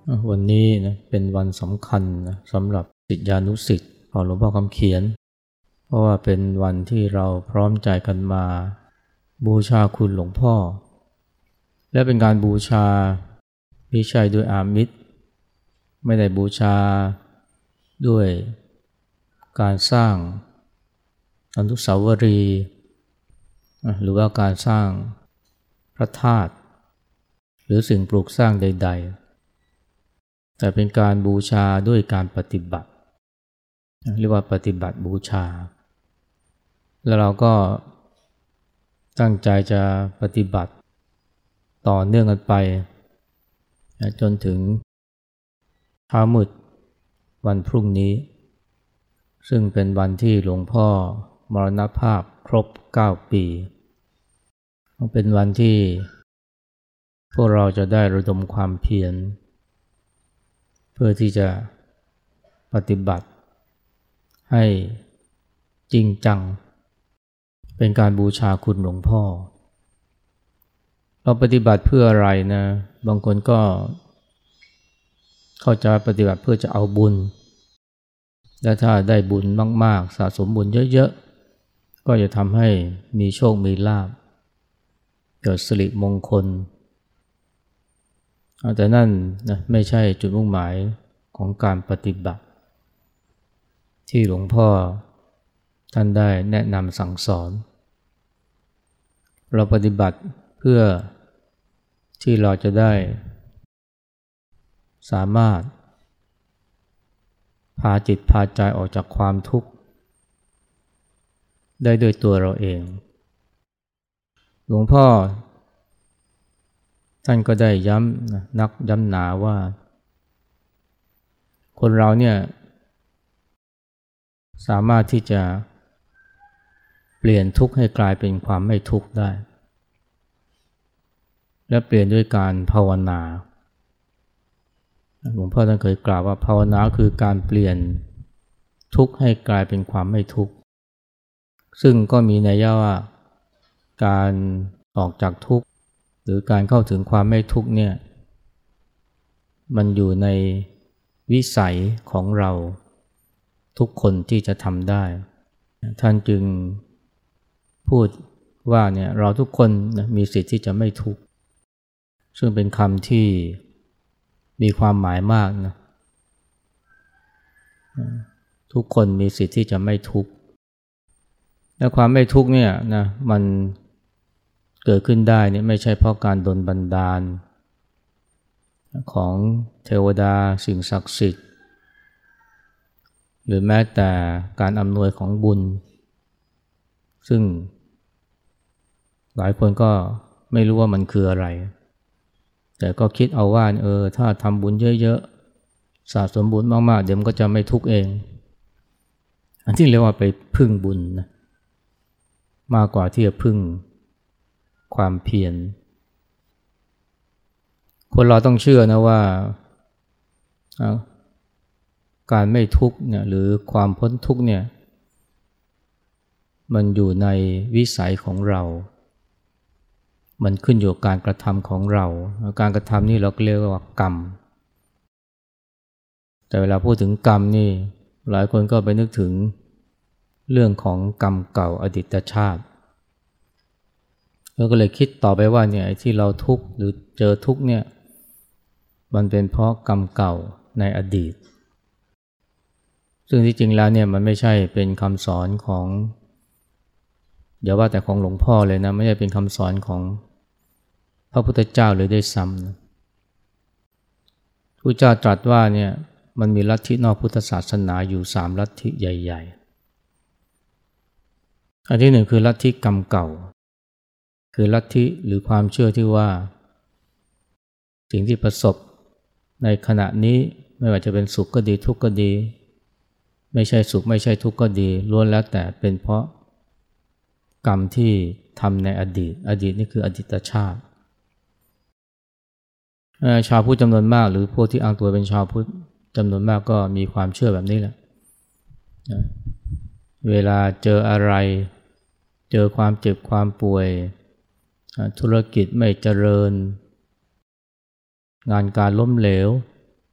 วันนี้นะเป็นวันสำคัญนะสำหรับศิษยานุศิษย์ของหลวงพ่อคำเขียนเพราะว่าเป็นวันที่เราพร้อมใจกันมาบูชาคุณหลวงพ่อและเป็นการบูชาไม่ใช่ด้วยอามิสไม่ได้บูชาด้วยการสร้างอนุสาวรีย์หรือว่าการสร้างพระธาตุหรือสิ่งปลูกสร้างใดๆแต่เป็นการบูชาด้วยการปฏิบัติเรียกว่าปฏิบัติบูชาแล้วเราก็ตั้งใจจะปฏิบัติต่อเนื่องกันไปจนถึงเช้ามืดวันพรุ่งนี้ซึ่งเป็นวันที่หลวงพ่อมรณภาพครบ9 ปีเป็นวันที่พวกเราจะได้ระดมความเพียรเพื่อที่จะปฏิบัติให้จริงจังเป็นการบูชาคุณหลวงพ่อเราปฏิบัติเพื่ออะไรนะบางคนก็เข้าใจปฏิบัติเพื่อจะเอาบุญและถ้าได้บุญมากๆสะสมบุญเยอะๆก็จะทำให้มีโชคมีลาภเกิดสิริมงคลแต่นั่นนะไม่ใช่จุดมุ่งหมายของการปฏิบัติที่หลวงพ่อท่านได้แนะนำสั่งสอนเราปฏิบัติเพื่อที่เราจะได้สามารถพาจิตพาใจออกจากความทุกข์ได้ด้วยตัวเราเองหลวงพ่อท่านก็ได้ย้ำหนาว่าคนเราเนี่ยสามารถที่จะเปลี่ยนทุกข์ให้กลายเป็นความไม่ทุกข์ได้และเปลี่ยนด้วยการภาวนาหลวงพ่อท่านเคยกล่าวว่าภาวนาคือการเปลี่ยนทุกข์ให้กลายเป็นความไม่ทุกข์ซึ่งก็มีนัยยะว่าการออกจากทุกข์หรือการเข้าถึงความไม่ทุกข์เนี่ยมันอยู่ในวิสัยของเราทุกคนที่จะทำได้ท่านจึงพูดว่าเนี่ยเราทุกคนนะมีสิทธิ์ที่จะไม่ทุกข์ซึ่งเป็นคำที่มีความหมายมากนะทุกคนมีสิทธิ์ที่จะไม่ทุกข์และความไม่ทุกข์เนี่ยนะมันเกิดขึ้นได้เนี่ยไม่ใช่เพราะการดลบันดาลของเทวดาสิ่งศักดิ์สิทธิ์หรือแม้แต่การอำนวยของบุญซึ่งหลายคนก็ไม่รู้ว่ามันคืออะไรแต่ก็คิดเอาว่าถ้าทำบุญเยอะๆสะสมบุญมากๆเดี๋ยวมันก็จะไม่ทุกข์เองอันที่เรียกว่าไปพึ่งบุญนะมากกว่าที่จะพึ่งความเพียรคนเราต้องเชื่อนะว่าการไม่ทุกข์เนี่ยหรือความพ้นทุกข์เนี่ยมันอยู่ในวิสัยของเรามันขึ้นอยู่กับการกระทำของเราการกระทำนี่เราเรียกว่ากรรมแต่เวลาพูดถึงกรรมนี่หลายคนก็ไปนึกถึงเรื่องของกรรมเก่าอดีตชาติแล้วก็เลยคิดต่อไปว่าเนี่ยที่เราทุกข์หรือเจอทุกข์เนี่ยมันเป็นเพราะกรรมเก่าในอดีตซึ่งที่จริงแล้วเนี่ยมันไม่ใช่เป็นคำสอนของอย่าว่าแต่ของหลวงพ่อเลยนะไม่ใช่เป็นคำสอนของพระพุทธเจ้าเลยได้ซ้ำนะพระเจ้าตรัสว่าเนี่ยมันมีลัทธินอกพุทธศาสนาอยู่3ลัทธิใหญ่ๆอันที่หนึ่งคือลัทธิกรรมเก่าคือลัทธิหรือความเชื่อที่ว่าสิ่งที่ประสบในขณะนี้ไม่ว่าจะเป็นสุขก็ดีทุกข์ก็ดีไม่ใช่สุขไม่ใช่ทุกข์ก็ดีล้วนแล้วแต่เป็นเพราะกรรมที่ทำในอดีตนี่คืออดีตชาติชาวพุทธจำนวนมากหรือพวกที่อ้างตัวเป็นชาวพุทธจำนวนมากก็มีความเชื่อแบบนี้แหละเวลาเจออะไรเจอความเจ็บความป่วยธุรกิจไม่เจริญงานการล้มเหลว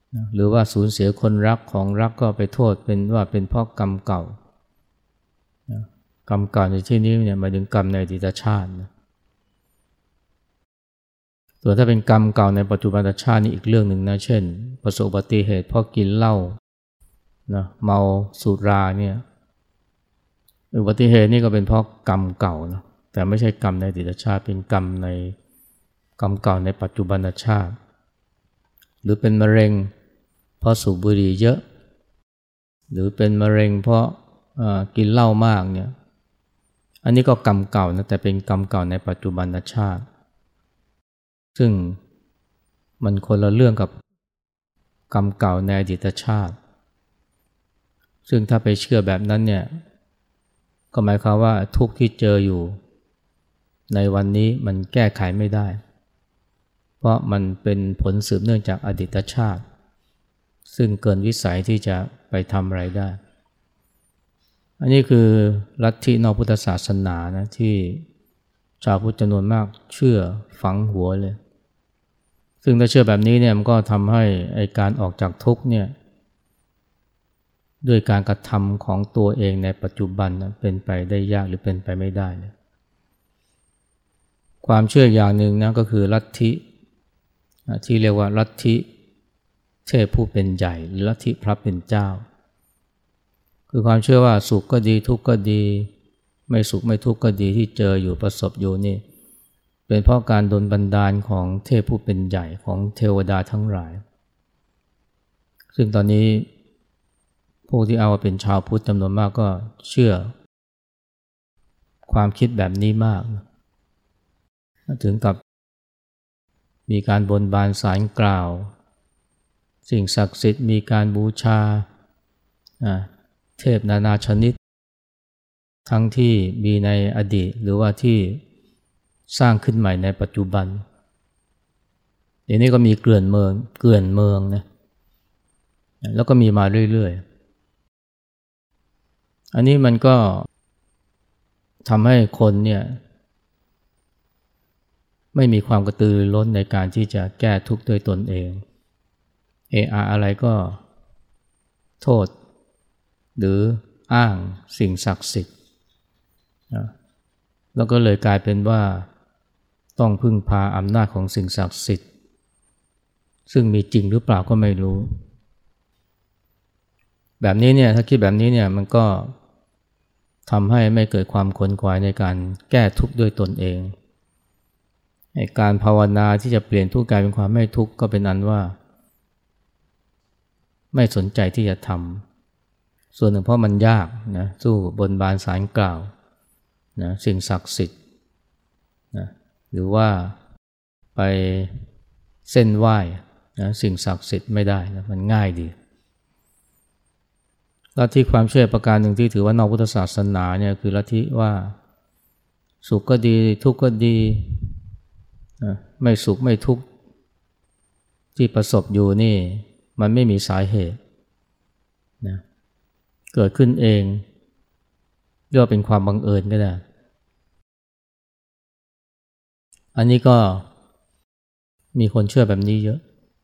หรือว่าสูญเสียคนรักของรักก็ไปโทษเป็นว่าเป็นเพราะกรรมเก่า กรรมเก่าในที่นี้เนี่ยหมายถึงกรรมในอดีตชาตินะส่วนถ้าเป็นกรรมเก่าในปัจจุบันชาตินี่อีกเรื่องหนึ่งนะเช่นประสบอุบัติเหตุเพราะกินเหล้านะเมาสุราเนี่ยอุบัติเหตุนี่ก็เป็นเพราะกรรมเก่านะแต่ไม่ใช่กรรมในอดีตชาติเป็นกรรมเก่าในปัจจุบันชาติหรือเป็นมะเร็งเพราะสูบบุหรี่เยอะหรือเป็นมะเร็งเพราะกินเหล้ามากเนี่ยอันนี้ก็กรรมเก่านะแต่เป็นกรรมเก่าในปัจจุบันชาติซึ่งมันคนละเรื่องกับกรรมเก่าในอดีตชาติซึ่งถ้าไปเชื่อแบบนั้นเนี่ยก็หมายความว่าทุกข์ที่เจออยู่ในวันนี้มันแก้ไขไม่ได้เพราะมันเป็นผลสืบเนื่องจากอดีตชาติซึ่งเกินวิสัยที่จะไปทำอะไรได้อันนี้คือลัทธินอกพุทธศาสนานะที่ชาวพุทธจำนวนมากเชื่อฝังหัวเลยซึ่งถ้าเชื่อแบบนี้เนี่ยมันก็ทำให้การออกจากทุกข์เนี่ยด้วยการกระทำของตัวเองในปัจจุบันนะเป็นไปได้ยากหรือเป็นไปไม่ได้เลยความเชื่ออย่างหนึ่งนะก็คือลัทธิที่เรียกว่าลัทธิเทพผู้เป็นใหญ่หรือลัทธิพระเป็นเจ้าคือความเชื่อว่าสุขก็ดีทุกข์ก็ดีไม่สุขไม่ทุกข์ก็ดีที่เจออยู่ประสบอยู่นี่เป็นเพราะการดลบันดาลของเทพผู้เป็นใหญ่ของเทวดาทั้งหลายซึ่งตอนนี้พวกที่เอาว่าเป็นชาวพุทธจำนวนมากก็เชื่อความคิดแบบนี้มากถึงกับมีการบนบานศาลกล่าวสิ่งศักดิ์สิทธิ์มีการบูชาเทพนานาชนิดทั้งที่มีในอดีตหรือว่าที่สร้างขึ้นใหม่ในปัจจุบันเดี๋ยวนี้ก็มีเกลื่อนเมืองนะแล้วก็มีมาเรื่อยๆอันนี้มันก็ทำให้คนเนี่ยไม่มีความกระตือรือร้นในการที่จะแก้ทุกข์ด้วยตนเองอะไรก็โทษหรืออ้างสิ่งศักดิ์สิทธิ์แล้วก็เลยกลายเป็นว่าต้องพึ่งพาอำนาจของสิ่งศักดิ์สิทธิ์ซึ่งมีจริงหรือเปล่าก็ไม่รู้แบบนี้เนี่ยถ้าคิดแบบนี้เนี่ยมันก็ทำให้ไม่เกิดความขวนขวายในการแก้ทุกข์ด้วยตนเองการภาวนาที่จะเปลี่ยนทุกข์กลายเป็นความไม่ทุกข์ก็เป็นอันว่าไม่สนใจที่จะทำส่วนหนึ่งเพราะมันยากนะสู้บนบานศาลกล่าวนะสิ่งศักดิ์สิทธิ์นะหรือว่าไปเส้นไหว้นะสิ่งศักดิ์สิทธิ์ไม่ได้นะมันง่ายดีลัทธิความเชื่อประการหนึ่งที่ถือว่านอกพุทธศาสนาเนี่ยคือลัทธิว่าสุขก็ดีทุกข์ก็ดีนะไม่สุขไม่ทุกข์ที่ประสบอยู่นี่มันไม่มีสาเหตุนะเกิดขึ้นเองเรียกว่าเป็นความบังเอิญก็ได้อันนี้ก็มีคนเชื่อแบบนี้เยอะ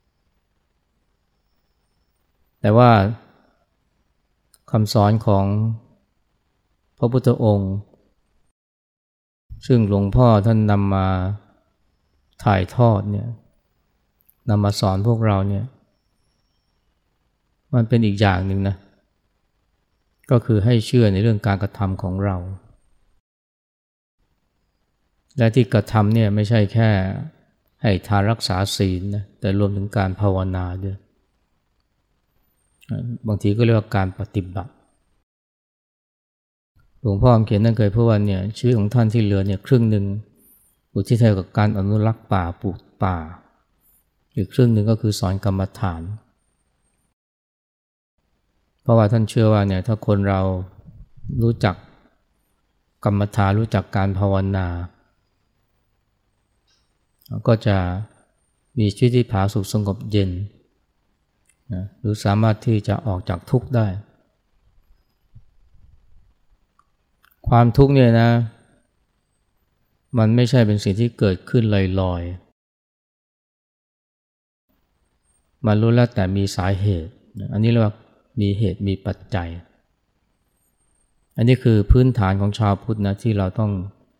แต่ว่าคำสอนของพระพุทธองค์ซึ่งหลวงพ่อท่านนำมาถ่ายทอดเนี่ยนำมาสอนพวกเราเนี่ยมันเป็นอีกอย่างหนึ่งนะก็คือให้เชื่อในเรื่องการกระทำของเราและที่กระทำเนี่ยไม่ใช่แค่ให้ทานรักษาศีลนะแต่รวมถึงการภาวนาด้วยบางทีก็เรียกว่าการปฏิบัติหลวงพ่อเขียนนั่นเคยพูดว่าเนี่ยชีวิตของท่านที่เหลือเนี่ยครึ่งหนึ่งอุทิศให้กับการอนุรักษ์ป่าปลูกป่าอีกครึ่งหนึ่งก็คือสอนกรรมฐานเพราะว่าท่านเชื่อว่าเนี่ยถ้าคนเรารู้จักกรรมฐานรู้จักการภาวนาก็จะมีชีวิตที่ผาสุกสงบเย็นนะหรือสามารถที่จะออกจากทุกข์ได้ความทุกข์เนี่ยนะมันไม่ใช่เป็นสิ่งที่เกิดขึ้นลอยๆมันรู้แล้วแต่มีสาเหตุอันนี้เรียกว่ามีเหตุมีปัจจัยอันนี้คือพื้นฐานของชาวพุทธนะที่เราต้อง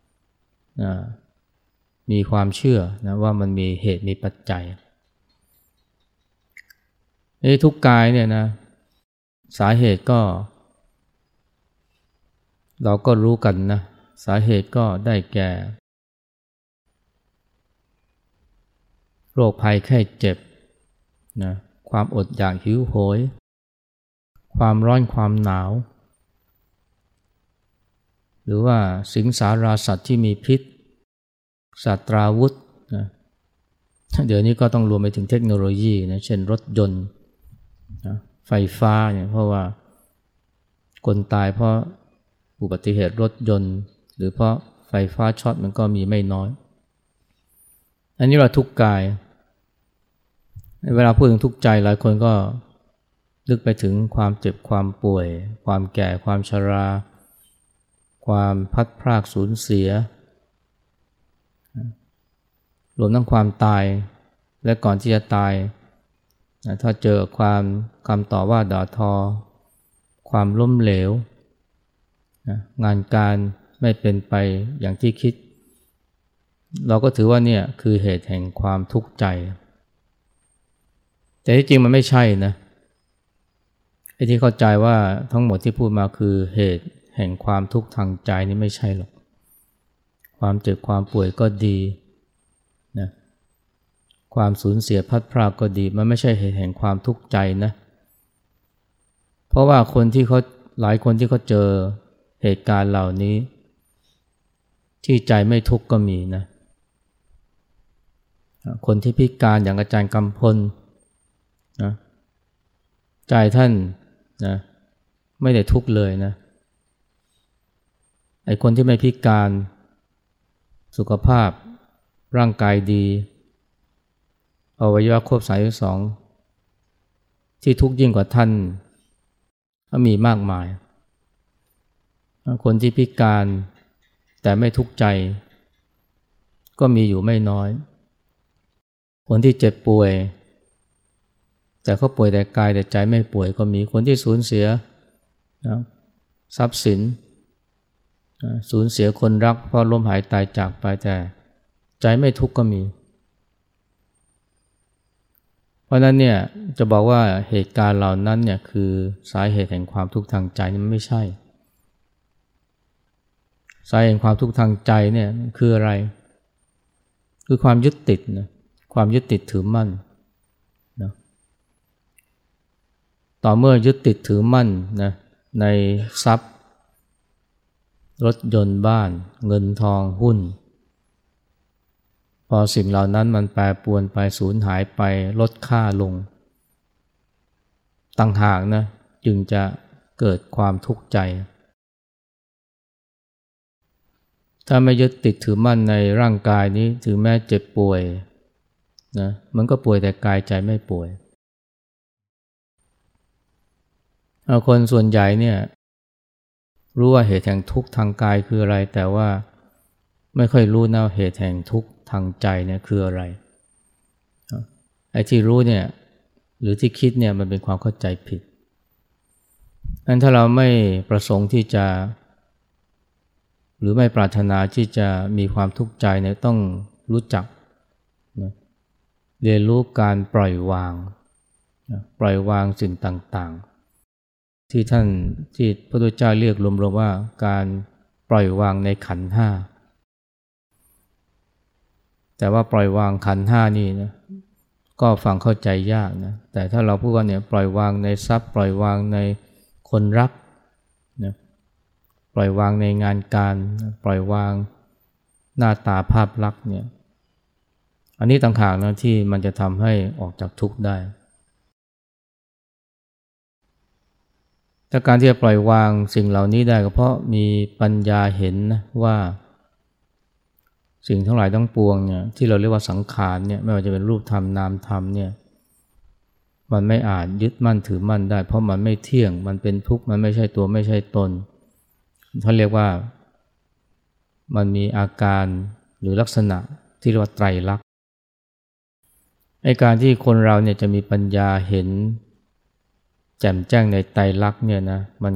มีความเชื่อนะว่ามันมีเหตุมีปัจจัยทุกกายเนี่ยนะสาเหตุก็เราก็รู้กันนะสาเหตุก็ได้แก่โรคภัยไข้เจ็บนะความอดอยากหิวโหยความร้อนความหนาวหรือว่าสิงสาราสัตว์ที่มีพิษสัตราวุธนะเดี๋ยวนี้ก็ต้องรวมไปถึงเทคโนโลยีนะเช่นรถยนต์นะไฟฟ้าเนี่ยเพราะว่าคนตายเพราะอุบัติเหตุรถยนต์หรือเพราะไฟฟ้าช็อตมันก็มีไม่น้อยอันนี้เราทุกข์กายเวลาพูดถึงทุกข์ใจหลายคนก็นึกไปถึงความเจ็บความป่วยความแก่ความชราความพัดพรากสูญเสียรวมทั้งความตายและก่อนที่จะตายถ้าเจอคำต่อว่าด่าทอความล้มเหลวงานการไม่เป็นไปอย่างที่คิดเราก็ถือว่าเนี่ยคือเหตุแห่งความทุกข์ใจแต่ที่จริงมันไม่ใช่นะไอ้ที่เข้าใจว่าทั้งหมดที่พูดมาคือเหตุแห่งความทุกข์ทางใจนี่ไม่ใช่หรอกความเจ็บความป่วยก็ดีนะความสูญเสียพัดพรากก็ดีมันไม่ใช่เหตุแห่งความทุกข์ใจนะเพราะว่าหลายคนที่เขาเจอเหตุการณ์เหล่านี้ที่ใจไม่ทุกข์ก็มีนะคนที่พิการอย่างอาจารย์กำพลนะใจท่านนะไม่ได้ทุกข์เลยนะไอ้คนที่ไม่พิการสุขภาพร่างกายดีอวัยวะครบ32ที่ทุกข์ยิ่งกว่าท่านก็มีมากมายคนที่พิการแต่ไม่ทุกข์ใจก็มีอยู่ไม่น้อยคนที่เจ็บป่วยแต่เขาป่วยแต่กายแต่ใจไม่ป่วยก็มีคนที่สูญเสียทรัพย์สินสูญเสียคนรักเพราะล้มหายตายจากไปแต่ใจไม่ทุกข์ก็มีเพราะนั้นเนี่ยจะบอกว่าเหตุการณ์เหล่านั้นเนี่ยคือสาเหตุแห่งความทุกข์ทางใจนี่มันไม่ใช่สาเหตุแห่งความทุกข์ทางใจเนี่ยคืออะไรคือความยึดติดนะความยึดติดถือมั่นนะต่อเมื่อยึดติดถือมั่นนะในทรัพย์รถยนต์บ้านเงินทองหุ้นพอสิ่งเหล่านั้นมันแปรปรวนไปสูญหายไปลดค่าลงต่างหากนะจึงจะเกิดความทุกข์ใจถ้าไม่ยึดติดถือมั่นในร่างกายนี้ถึงแม้เจ็บป่วยนะมันก็ป่วยแต่กายใจไม่ป่วยคนส่วนใหญ่เนี่ยรู้ว่าเหตุแห่งทุกข์ทางกายคืออะไรแต่ว่าไม่ค่อยรู้นะเหตุแห่งทุกข์ทางใจเนี่ยคืออะไรไอ้ที่รู้เนี่ยหรือที่คิดเนี่ยมันเป็นความเข้าใจผิดงั้นถ้าเราไม่ประสงค์ที่จะหรือไม่ปรารถนาที่จะมีความทุกข์ใจเนี่ยต้องรู้จักนะเรียนรู้การปล่อยวางนะปล่อยวางสิ่งต่างๆที่พระพุทธเจ้าเรียกรวมๆว่าการปล่อยวางในขันธ์ห้าแต่ว่าปล่อยวางขันธ์ห้านี่นะก็ฟังเข้าใจยากนะแต่ถ้าเราพูดว่าเนี่ยปล่อยวางในทรัพย์ปล่อยวางในคนรักนะปล่อยวางในงานการปล่อยวางหน้าตาภาพลักษณ์เนี่ยอันนี้ต่างหากนะที่มันจะทำให้ออกจากทุกข์ได้แต่การที่จะปล่อยวางสิ่งเหล่านี้ได้ก็เพราะมีปัญญาเห็นนะว่าสิ่งทั้งหลายทั้งปวงเนี่ยที่เราเรียกว่าสังขารเนี่ยไม่ว่าจะเป็นรูปธรรมนามธรรมเนี่ยมันไม่อาจยึดมั่นถือมั่นได้เพราะมันไม่เที่ยงมันเป็นทุกข์มันไม่ใช่ตัวไม่ใช่ตนเขาเรียกว่ามันมีอาการหรือลักษณะที่เรียกว่าไตรลักษณ์ไอ้การที่คนเราเนี่ยจะมีปัญญาเห็นแจ่มแจ้งในไตรลักษณ์เนี่ยนะมัน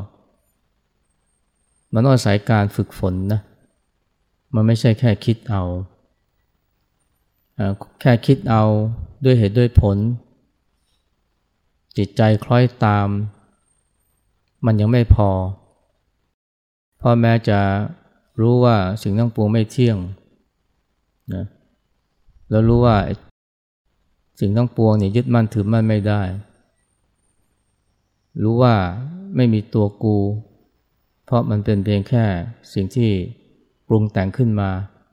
ต้องอาศัยการฝึกฝนนะมันไม่ใช่แค่คิดเอาแค่คิดเอาด้วยเหตุด้วยผลจิตใจคล้อยตามมันยังไม่พอเพราะแม้จะรู้ว่าสิ่งทั้งปวงไม่เที่ยงนะแล้วรู้ว่าสิ่งทั้งปวงเนี่ยยึดมั่นถือมั่นไม่ได้รู้ว่าไม่มีตัวกูเพราะมันเป็นเพียงแค่สิ่งที่ปรุงแต่งขึ้นมา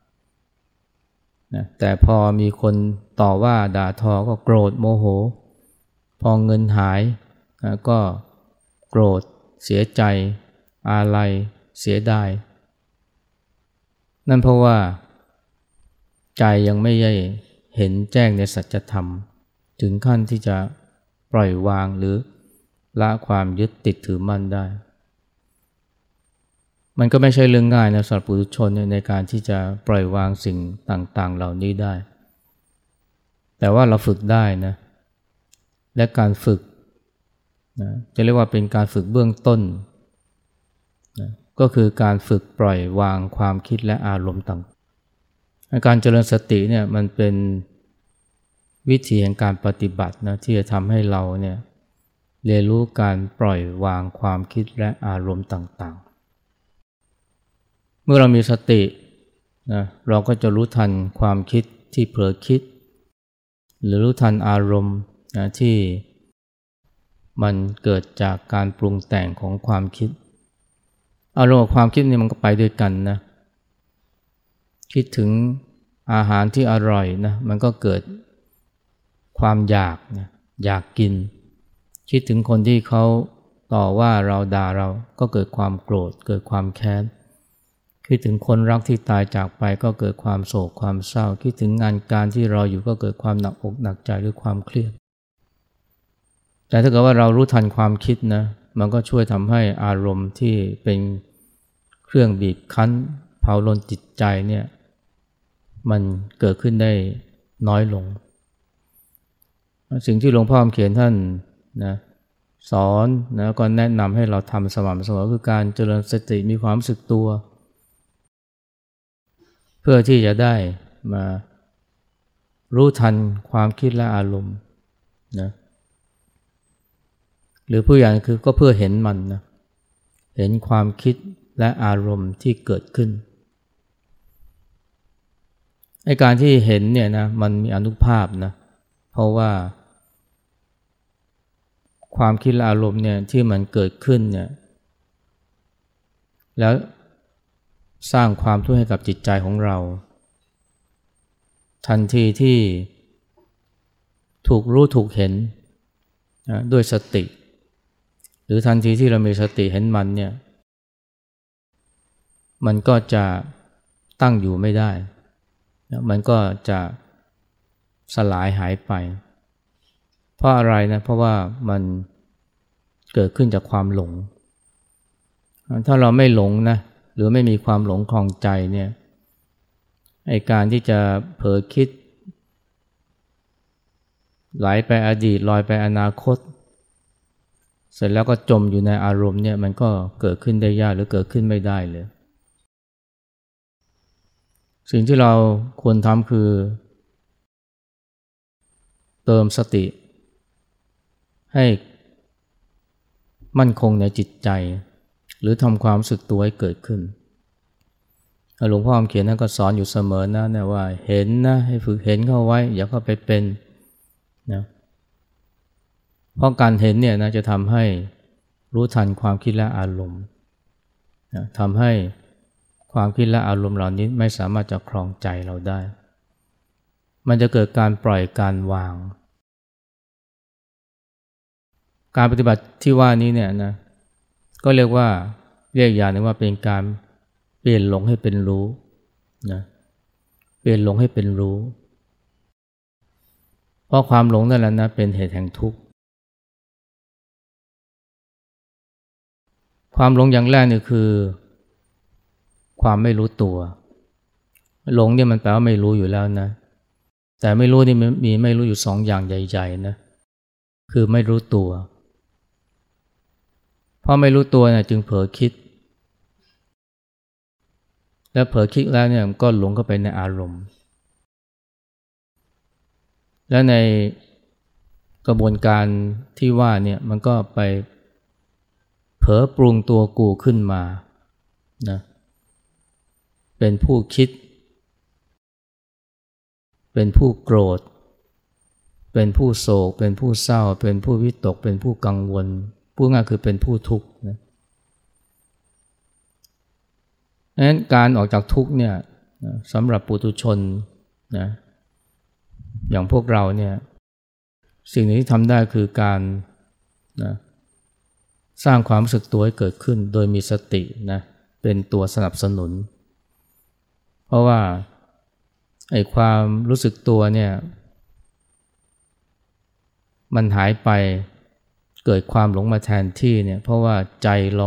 นะแต่พอมีคนต่อว่าด่าทอก็โกรธโมโหพอเงินหายนะก็โกรธเสียใจอาลัยเสียดายนั่นเพราะว่าใจยังไม่ได้เห็นแจ้งในสัจธรรมถึงขั้นที่จะปล่อยวางหรือละความยึดติดถือมั่นได้มันก็ไม่ใช่เรื่องง่ายนะสำหรับปุถุชนในการที่จะปล่อยวางสิ่งต่างๆเหล่านี้ได้แต่ว่าเราฝึกได้นะและการฝึกนะจะเรียกว่าเป็นการฝึกเบื้องต้นนะก็คือการฝึกปล่อยวางความคิดและอารมณ์ต่างการเจริญสติเนี่ยมันเป็นวิธีแห่งการปฏิบัตินะที่จะทำให้เราเนี่ยเรียนรู้การปล่อยวางความคิดและอารมณ์ต่างๆเมื่อเรามีสตินะเราก็จะรู้ทันความคิดที่เผลอคิดหรือรู้ทันอารมณ์นะที่มันเกิดจากการปรุงแต่งของความคิดอารมณ์กับความคิดนี่มันก็ไปด้วยกันนะคิดถึงอาหารที่อร่อยนะมันก็เกิดความอยากนะอยากกินคิดถึงคนที่เขาต่อว่าเราด่าเราก็เกิดความโกรธเกิดความแค้นคิดถึงคนรักที่ตายจากไปก็เกิดความโศกความเศร้าคิดถึงงานการที่รออยู่ก็เกิดความหนักอกหนักใจหรือความเครียดแต่ถ้าเกิดว่าเรารู้ทันความคิดนะมันก็ช่วยทำให้อารมณ์ที่เป็นเครื่องบีบคั้นเผาลนจิตใจเนี่ยมันเกิดขึ้นได้น้อยลงสิ่งที่หลวงพ่อคำเขียนท่านนะสอนนะก็แนะนำให้เราทำสม่ำเสมอคือการเจริญสติมีความรู้สึกตัวเพื่อที่จะได้มารู้ทันความคิดและอารมณ์นะหรือผู้อย่างคือก็เพื่อเห็นมันนะเห็นความคิดและอารมณ์ที่เกิดขึ้นไอ้การที่เห็นเนี่ยนะมันมีอานุภาพนะเพราะว่าความคิดและอารมณ์เนี่ยที่มันเกิดขึ้นเนี่ยแล้วสร้างความทุกข์ให้กับจิตใจของเราทันทีที่ถูกรู้ถูกเห็นนะด้วยสติหรือทันทีที่เรามีสติเห็นมันเนี่ยมันก็จะตั้งอยู่ไม่ได้นะมันก็จะสลายหายไปเพราะอะไรนะเพราะว่ามันเกิดขึ้นจากความหลงถ้าเราไม่หลงนะหรือไม่มีความหลงคลองใจเนี่ยไอ้การที่จะเผลอคิดไหลไปอดีตลอยไปอนาคตเสร็จแล้วก็จมอยู่ในอารมณ์เนี่ยมันก็เกิดขึ้นได้ยากหรือเกิดขึ้นไม่ได้เลยสิ่งที่เราควรทำคือเติมสติให้มั่นคงในจิตใจหรือทำความรู้สึกตัวให้เกิดขึ้นหลวงพ่อคำเขียนนั่นก็สอนอยู่เสมอนะว่าเห็นนะให้ฝึกเห็นเข้าไว้อย่าเข้าไปเป็นนะเพราะการเห็นเนี่ยนะจะทำให้รู้ทันความคิดและอารมณ์นะทำให้ความคิดและอารมณ์เหล่านี้ไม่สามารถจะครองใจเราได้มันจะเกิดการปล่อยการวางการปฏิบัติที่ว่านี้เนี่ยนะก็เรียกอย่างนึงว่าเป็นการเปลี่ยนหลงให้เป็นรู้นะเปลี่ยนหลงให้เป็นรู้เพราะความหลงนั่นแหละนะเป็นเหตุแห่งทุกข์ความหลงอย่างแรกนี่คือความไม่รู้ตัวหลงเนี่ยมันแปลว่าไม่รู้อยู่แล้วนะแต่ไม่รู้นี่มีไม่รู้อยู่2 อย่างใหญ่ๆนะคือไม่รู้ตัวเพราะไม่รู้ตัวเนี่ยจึงเผลอคิดแล้วเผลอคิดแล้วเนี่ยก็หลงเข้าไปในอารมณ์และในกระบวนการที่ว่าเนี่ยมันก็ไปเผลอปรุงตัวกูขึ้นมานะเป็นผู้คิดเป็นผู้โกรธเป็นผู้โศกเป็นผู้เศร้าเป็นผู้วิตกเป็นผู้กังวลพูดง่ายคือเป็นผู้ทุกข์นะดังนั้นการออกจากทุกข์เนี่ยสำหรับปุถุชนนะอย่างพวกเราเนี่ยสิ่งที่ทำได้คือการนะสร้างความรู้สึกตัวให้เกิดขึ้นโดยมีสตินะเป็นตัวสนับสนุนเพราะว่าไอ้ความรู้สึกตัวเนี่ยมันหายไปเกิดความหลงมาแทนที่เนี่ยเพราะว่าใจล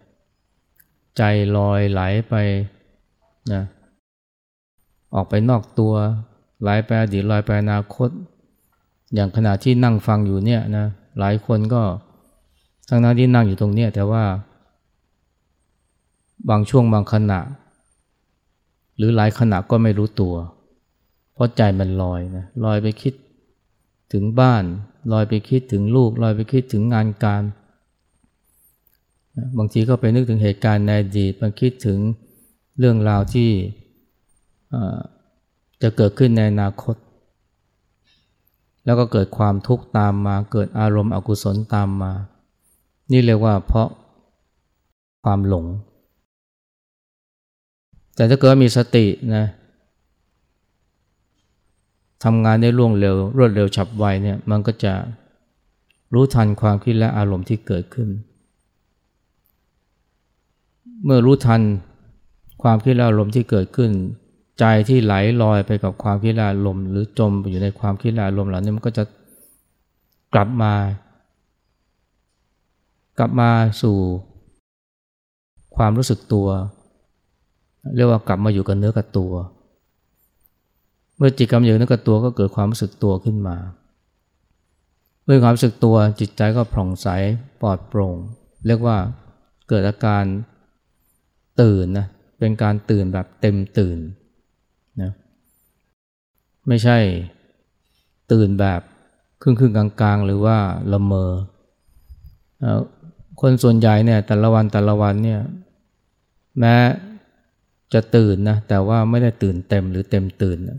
อยไหลไปนะออกไปนอกตัวไหลไปอดีตลอยไปอนาคตอย่างขณะที่นั่งฟังอยู่เนี่ยนะหลายคนก็ทั้งนั้นที่นั่งอยู่ตรงเนี้ยแต่ว่าบางช่วงบางขณะหรือหลายขณะก็ไม่รู้ตัวเพราะใจมันลอยนะลอยไปคิดถึงบ้านลอยไปคิดถึงลูกลอยไปคิดถึงงานการบางทีก็ไปนึกถึงเหตุการณ์ในอดีตไปคิดถึงเรื่องราวที่จะเกิดขึ้นในอนาคตแล้วก็เกิดความทุกข์ตามมาเกิดอารมณ์อกุศลตามมานี่เรียกว่าเพราะความหลงแต่ถ้าเกิดมีสตินะทำงานได้รวดเร็วฉับไวเนี่ยมันก็จะรู้ทันความคิดและอารมณ์ที่เกิดขึ้นเมื่อรู้ทันความคิดและอารมณ์ที่เกิดขึ้นใจที่ไหลลอยไปกับความคิดและอารมณ์หรือจมอยู่ในความคิดและอารมณ์เหล่านี้มันก็จะกลับมาสู่ความรู้สึกตัวเรียกว่ากลับมาอยู่กับเนื้อกับตัวเมื่อจิตกลับมาอยู่กับเนื้อกับตัวก็เกิดความรู้สึกตัวขึ้นมาเมื่อความรู้สึกตัวจิตใจก็ผ่องใสปลอดโปร่งเรียกว่าเกิดอาการตื่นนะเป็นการตื่นแบบเต็มตื่นนะไม่ใช่ตื่นแบบครึ่งกลางๆหรือว่าละเมอคนส่วนใหญ่เนี่ยแต่ละวันเนี่ยแม้จะตื่นนะแต่ว่าไม่ได้ตื่นเต็มหรือเต็มตื่นนะ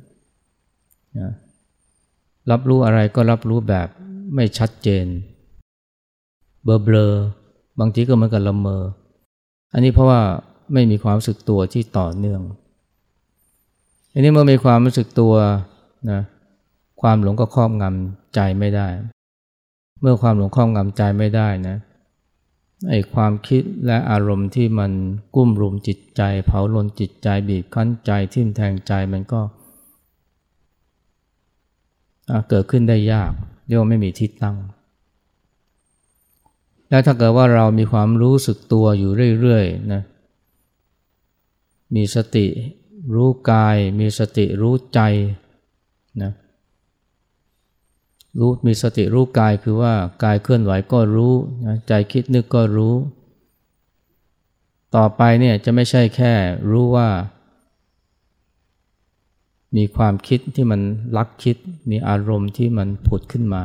รับรู้อะไรก็รับรู้แบบไม่ชัดเจนเบลอบางทีก็เหมือนกับละเมออันนี้เพราะว่าไม่มีความรู้สึกตัวที่ต่อเนื่องอันนี้เมื่อมีความรู้สึกตัวนะความหลงก็ครอบงำใจไม่ได้เมื่อความหลงครอบงำใจไม่ได้นะไอ้ความคิดและอารมณ์ที่มันกุ้มรุมจิตใจเผาลนจิตใจบีบคั้นใจทิ่มแทงใจมันก็เกิดขึ้นได้ยากเรียกว่าไม่มีที่ตั้งและถ้าเกิดว่าเรามีความรู้สึกตัวอยู่เรื่อยๆนะมีสติรู้กายมีสติรู้ใจนะมีสติรู้กายคือว่ากายเคลื่อนไหวก็รู้นะใจคิดนึกก็รู้ต่อไปเนี่ยจะไม่ใช่แค่รู้ว่ามีความคิดที่มันลักคิดมีอารมณ์ที่มันผุดขึ้นมา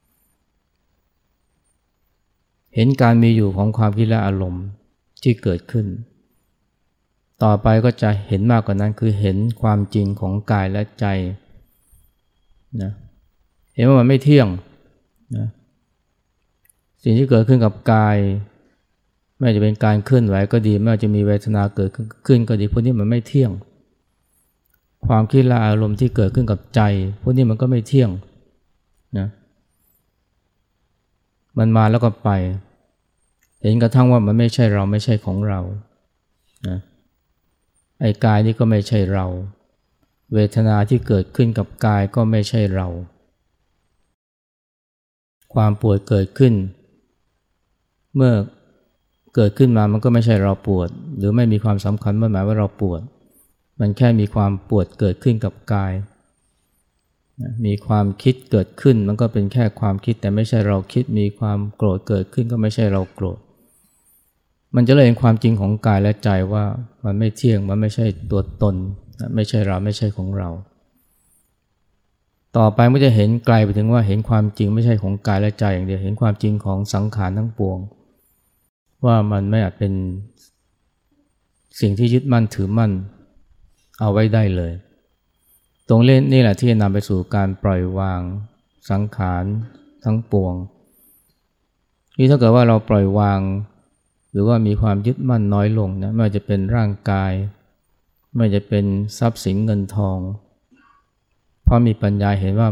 เห็นการมีอยู่ของความคิดและอารมณ์ที่เกิดขึ้นต่อไปก็จะเห็นมากกว่านั้นคือเห็นความจริงของกายและใจนะเห็นว่ามันไม่เที่ยงนะสิ่งที่เกิดขึ้นกับกายไม่ว่าจะเป็นการเคลื่อนไหวก็ดีไม่ว่าจะมีเวทนาเกิดขึ้นก็ดีพวกนี้มันไม่เที่ยงความคิดและอารมณ์ที่เกิดขึ้นกับใจพวกนี้มันก็ไม่เที่ยงนะมันมาแล้วก็ไปเห็นกระทั่งว่ามันไม่ใช่เราไม่ใช่ของเรานะไอ้กายนี่ก็ไม่ใช่เราเวทนาที่เกิดขึ้นกับกายก็ไม่ใช่เราความปวดเกิดขึ้นเมื่อเกิดขึ้นมามันก็ไม่ใช่เราปวดหรือไม่มีความสำคัญหมายว่าเราปวดมันแค่มีความปวดเกิดขึ้นกับกายมีความคิดเกิดขึ้นมันก็เป็นแค่ความคิดแต่ไม่ใช่เราคิดมีความโกรธเกิดขึ้นก็ไม่ใช่เราโกรธมันจะเลยเห็นความจริงของกายและใจว่ามันไม่เที่ยงมันไม่ใช่ตัวตนไม่ใช่เราไม่ใช่ของเราต่อไปมันจะเห็นไกลไปถึงว่าเห็นความจริงไม่ใช่ของกายและใจอย่างเดียวเห็นความจริงของสังขารทั้งปวงว่ามันไม่อาจเป็นสิ่งที่ยึดมั่นถือมั่นเอาไว้ได้เลยตรงเล่นนี่แหละที่จะนำไปสู่การปล่อยวางสังขารทั้งปวงนี่ถ้าเกิดว่าเราปล่อยวางหรือว่ามีความยึดมั่นน้อยลงนะไม่ว่าจะเป็นร่างกายไม่ว่าจะเป็นทรัพย์สินเงินทองเพราะมีปัญญาเห็นว่า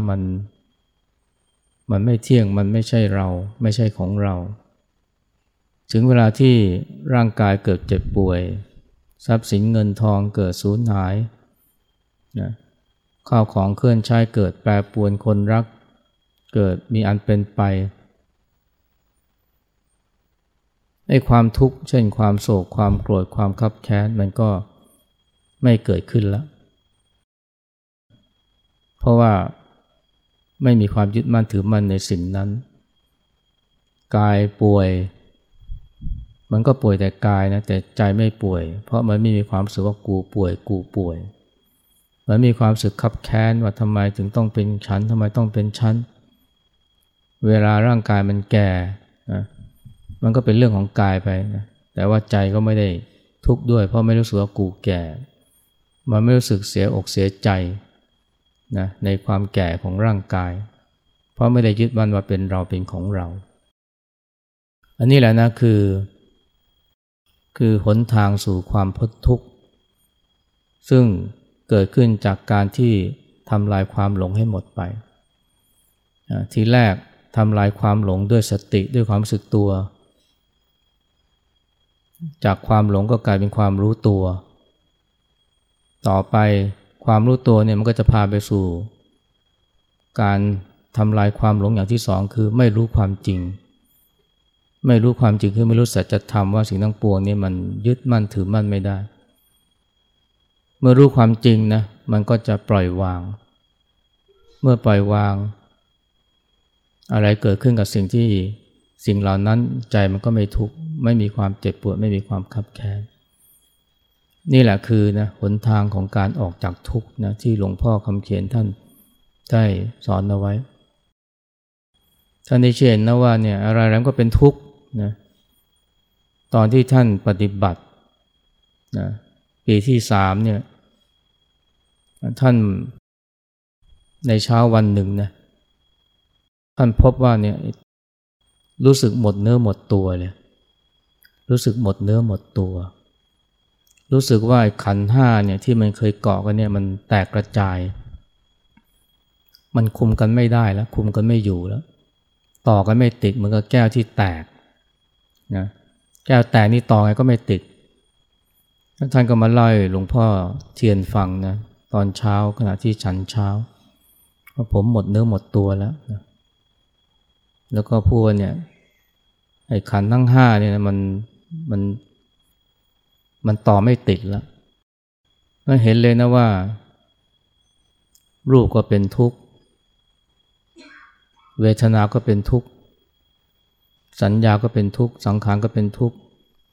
มันไม่เที่ยงมันไม่ใช่เราไม่ใช่ของเราถึงเวลาที่ร่างกายเกิดเจ็บป่วยทรัพย์สินเงินทองเกิดสูญหายนะข้าวของเคลื่อนใช้เกิดแปรปรวนคนรักเกิดมีอันเป็นไปไอ้ความทุกข์เช่นความโศกความโกรธความคับแค้นมันก็ไม่เกิดขึ้นแล้วเพราะว่าไม่มีความยึดมั่นถือมั่นในสิ่งนั้นกายป่วยมันก็ป่วยแต่กายนะแต่ใจไม่ป่วยเพราะมันไม่มีความรู้สึกว่ากูป่วยมันมีความรู้สึกคับแค้นว่าทำไมถึงต้องเป็นฉันทำไมต้องเป็นฉันเวลาร่างกายมันแก่นะมันก็เป็นเรื่องของกายไปนะแต่ว่าใจก็ไม่ได้ทุกข์ด้วยเพราะไม่รู้สึกว่ากูแก่มันไม่รู้สึกเสียอกเสียใจนะในความแก่ของร่างกายเพราะไม่ได้ยึดมั่นว่าเป็นเราเป็นของเราอันนี้แหละนะคือหนทางสู่ความพ้นทุกข์ซึ่งเกิดขึ้นจากการที่ทำลายความหลงให้หมดไปทีแรกทำลายความหลงด้วยสติด้วยความรู้สึกตัวจากความหลงก็กลายเป็นความรู้ตัวต่อไปความรู้ตัวเนี่ยมันก็จะพาไปสู่การทำลายความหลงอย่างที่สองคือไม่รู้ความจริงไม่รู้ความจริงคือไม่รู้สัจธรรมว่าสิ่งทั้งปวงนี้มันยึดมั่นถือมั่นไม่ได้เมื่อรู้ความจริงนะมันก็จะปล่อยวางเมื่อปล่อยวางอะไรเกิดขึ้นกับสิ่งเหล่านั้นใจมันก็ไม่ทุกข์ไม่มีความเจ็บปวดไม่มีความคับแค้นนี่แหละคือนะหนทางของการออกจากทุกข์นะที่หลวงพ่อคำเขียนท่านได้สอนเอาไว้ท่านได้เห็นนะว่าเนี่ยอะไรแล้วก็เป็นทุกข์นะตอนที่ท่านปฏิบัตินะปีที่3เนี่ยท่านในเช้าวันหนึ่งนะท่านพบว่าเนี่ยรู้สึกหมดเนื้อหมดตัวเลยรู้สึกหมดเนื้อหมดตัวรู้สึกว่าขันธ์ห้าเนี่ยที่มันเคยเกาะกันเนี่ยมันแตกกระจายมันคุมกันไม่ได้แล้วคุมกันไม่อยู่แล้วต่อกันไม่ติดเหมือนกับแก้วที่แตกนะแก้วแตกนี่ต่อไงก็ไม่ติดท่านก็มาเล่าให้หลวงพ่อเทียนฟังนะตอนเช้าขณะที่ฉันเช้าว่าผมหมดเนื้อหมดตัวแล้วนะแล้วก็พูดเนี่ยไอ้ขันธ์ทั้งห้าเนี่ยมันต่อไม่ติดแล้วก็เห็นเลยนะว่ารูปก็เป็นทุกข์เวทนาก็เป็นทุกข์สัญญาก็เป็นทุกข์สังขารก็เป็นทุกข์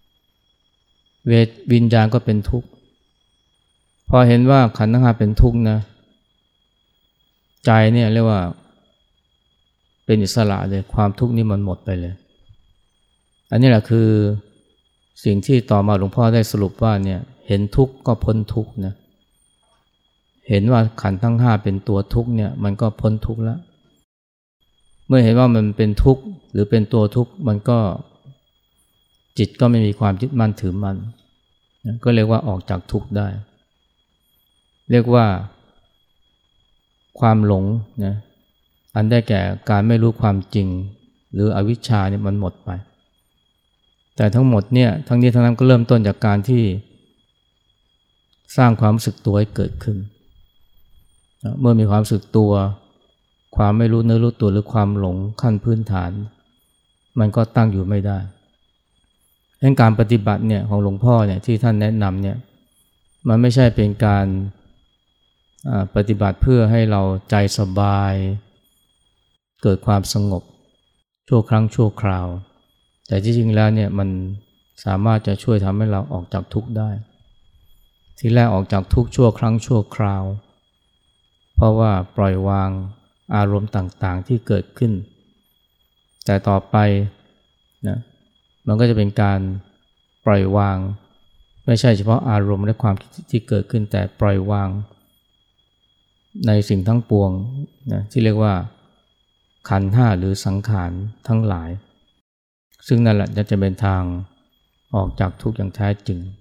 วิญญาณก็เป็นทุกข์พอเห็นว่าขันธ์ทั้งห้าเป็นทุกข์นะใจเนี่ยเรียกว่าเป็นอิสระเลยความทุกข์นี่มันหมดไปเลยอันนี้แหละคือสิ่งที่ต่อมาหลวงพ่อได้สรุปว่าเนี่ยเห็นทุกข์ก็พ้นทุกข์นะเห็นว่าขันธ์ทั้งห้าเป็นตัวทุกข์เนี่ยมันก็พ้นทุกข์แล้วเมื่อเห็นว่ามันเป็นทุกข์หรือเป็นตัวทุกข์มันก็จิตก็ไม่มีความยึดมั่นถือมั่นก็เรียกว่าออกจากทุกข์ได้เรียกว่าความหลงนะอันได้แก่การไม่รู้ความจริงหรืออวิชชาเนี่ยมันหมดไปแต่ทั้งหมดเนี่ยทั้งนี้ทั้งนั้นก็เริ่มต้นจากการที่สร้างความรู้สึกตัวให้เกิดขึ้นเมื่อมีความรู้สึกตัวความไม่รู้เนื้อรู้ตัวหรือความหลงขั้นพื้นฐานมันก็ตั้งอยู่ไม่ได้ดังนั้นการปฏิบัติเนี่ยของหลวงพ่อเนี่ยที่ท่านแนะนำเนี่ยมันไม่ใช่เป็นการปฏิบัติเพื่อให้เราใจสบายเกิดความสงบชั่วครั้งชั่วคราวแต่ที่จริงแล้วเนี่ยมันสามารถจะช่วยทำให้เราออกจากทุกข์ได้ทีแรกออกจากทุกข์ชั่วครั้งชั่วคราวเพราะว่าปล่อยวางอารมณ์ต่างๆที่เกิดขึ้นแต่ต่อไปนะมันก็จะเป็นการปล่อยวางไม่ใช่เฉพาะอารมณ์และความคิดที่เกิดขึ้นแต่ปล่อยวางในสิ่งทั้งปวงนะที่เรียกว่าขันธ์ห้าหรือสังขารทั้งหลายซึ่งนั่นแหละจะเป็นทางออกจากทุกข์อย่างแท้จริง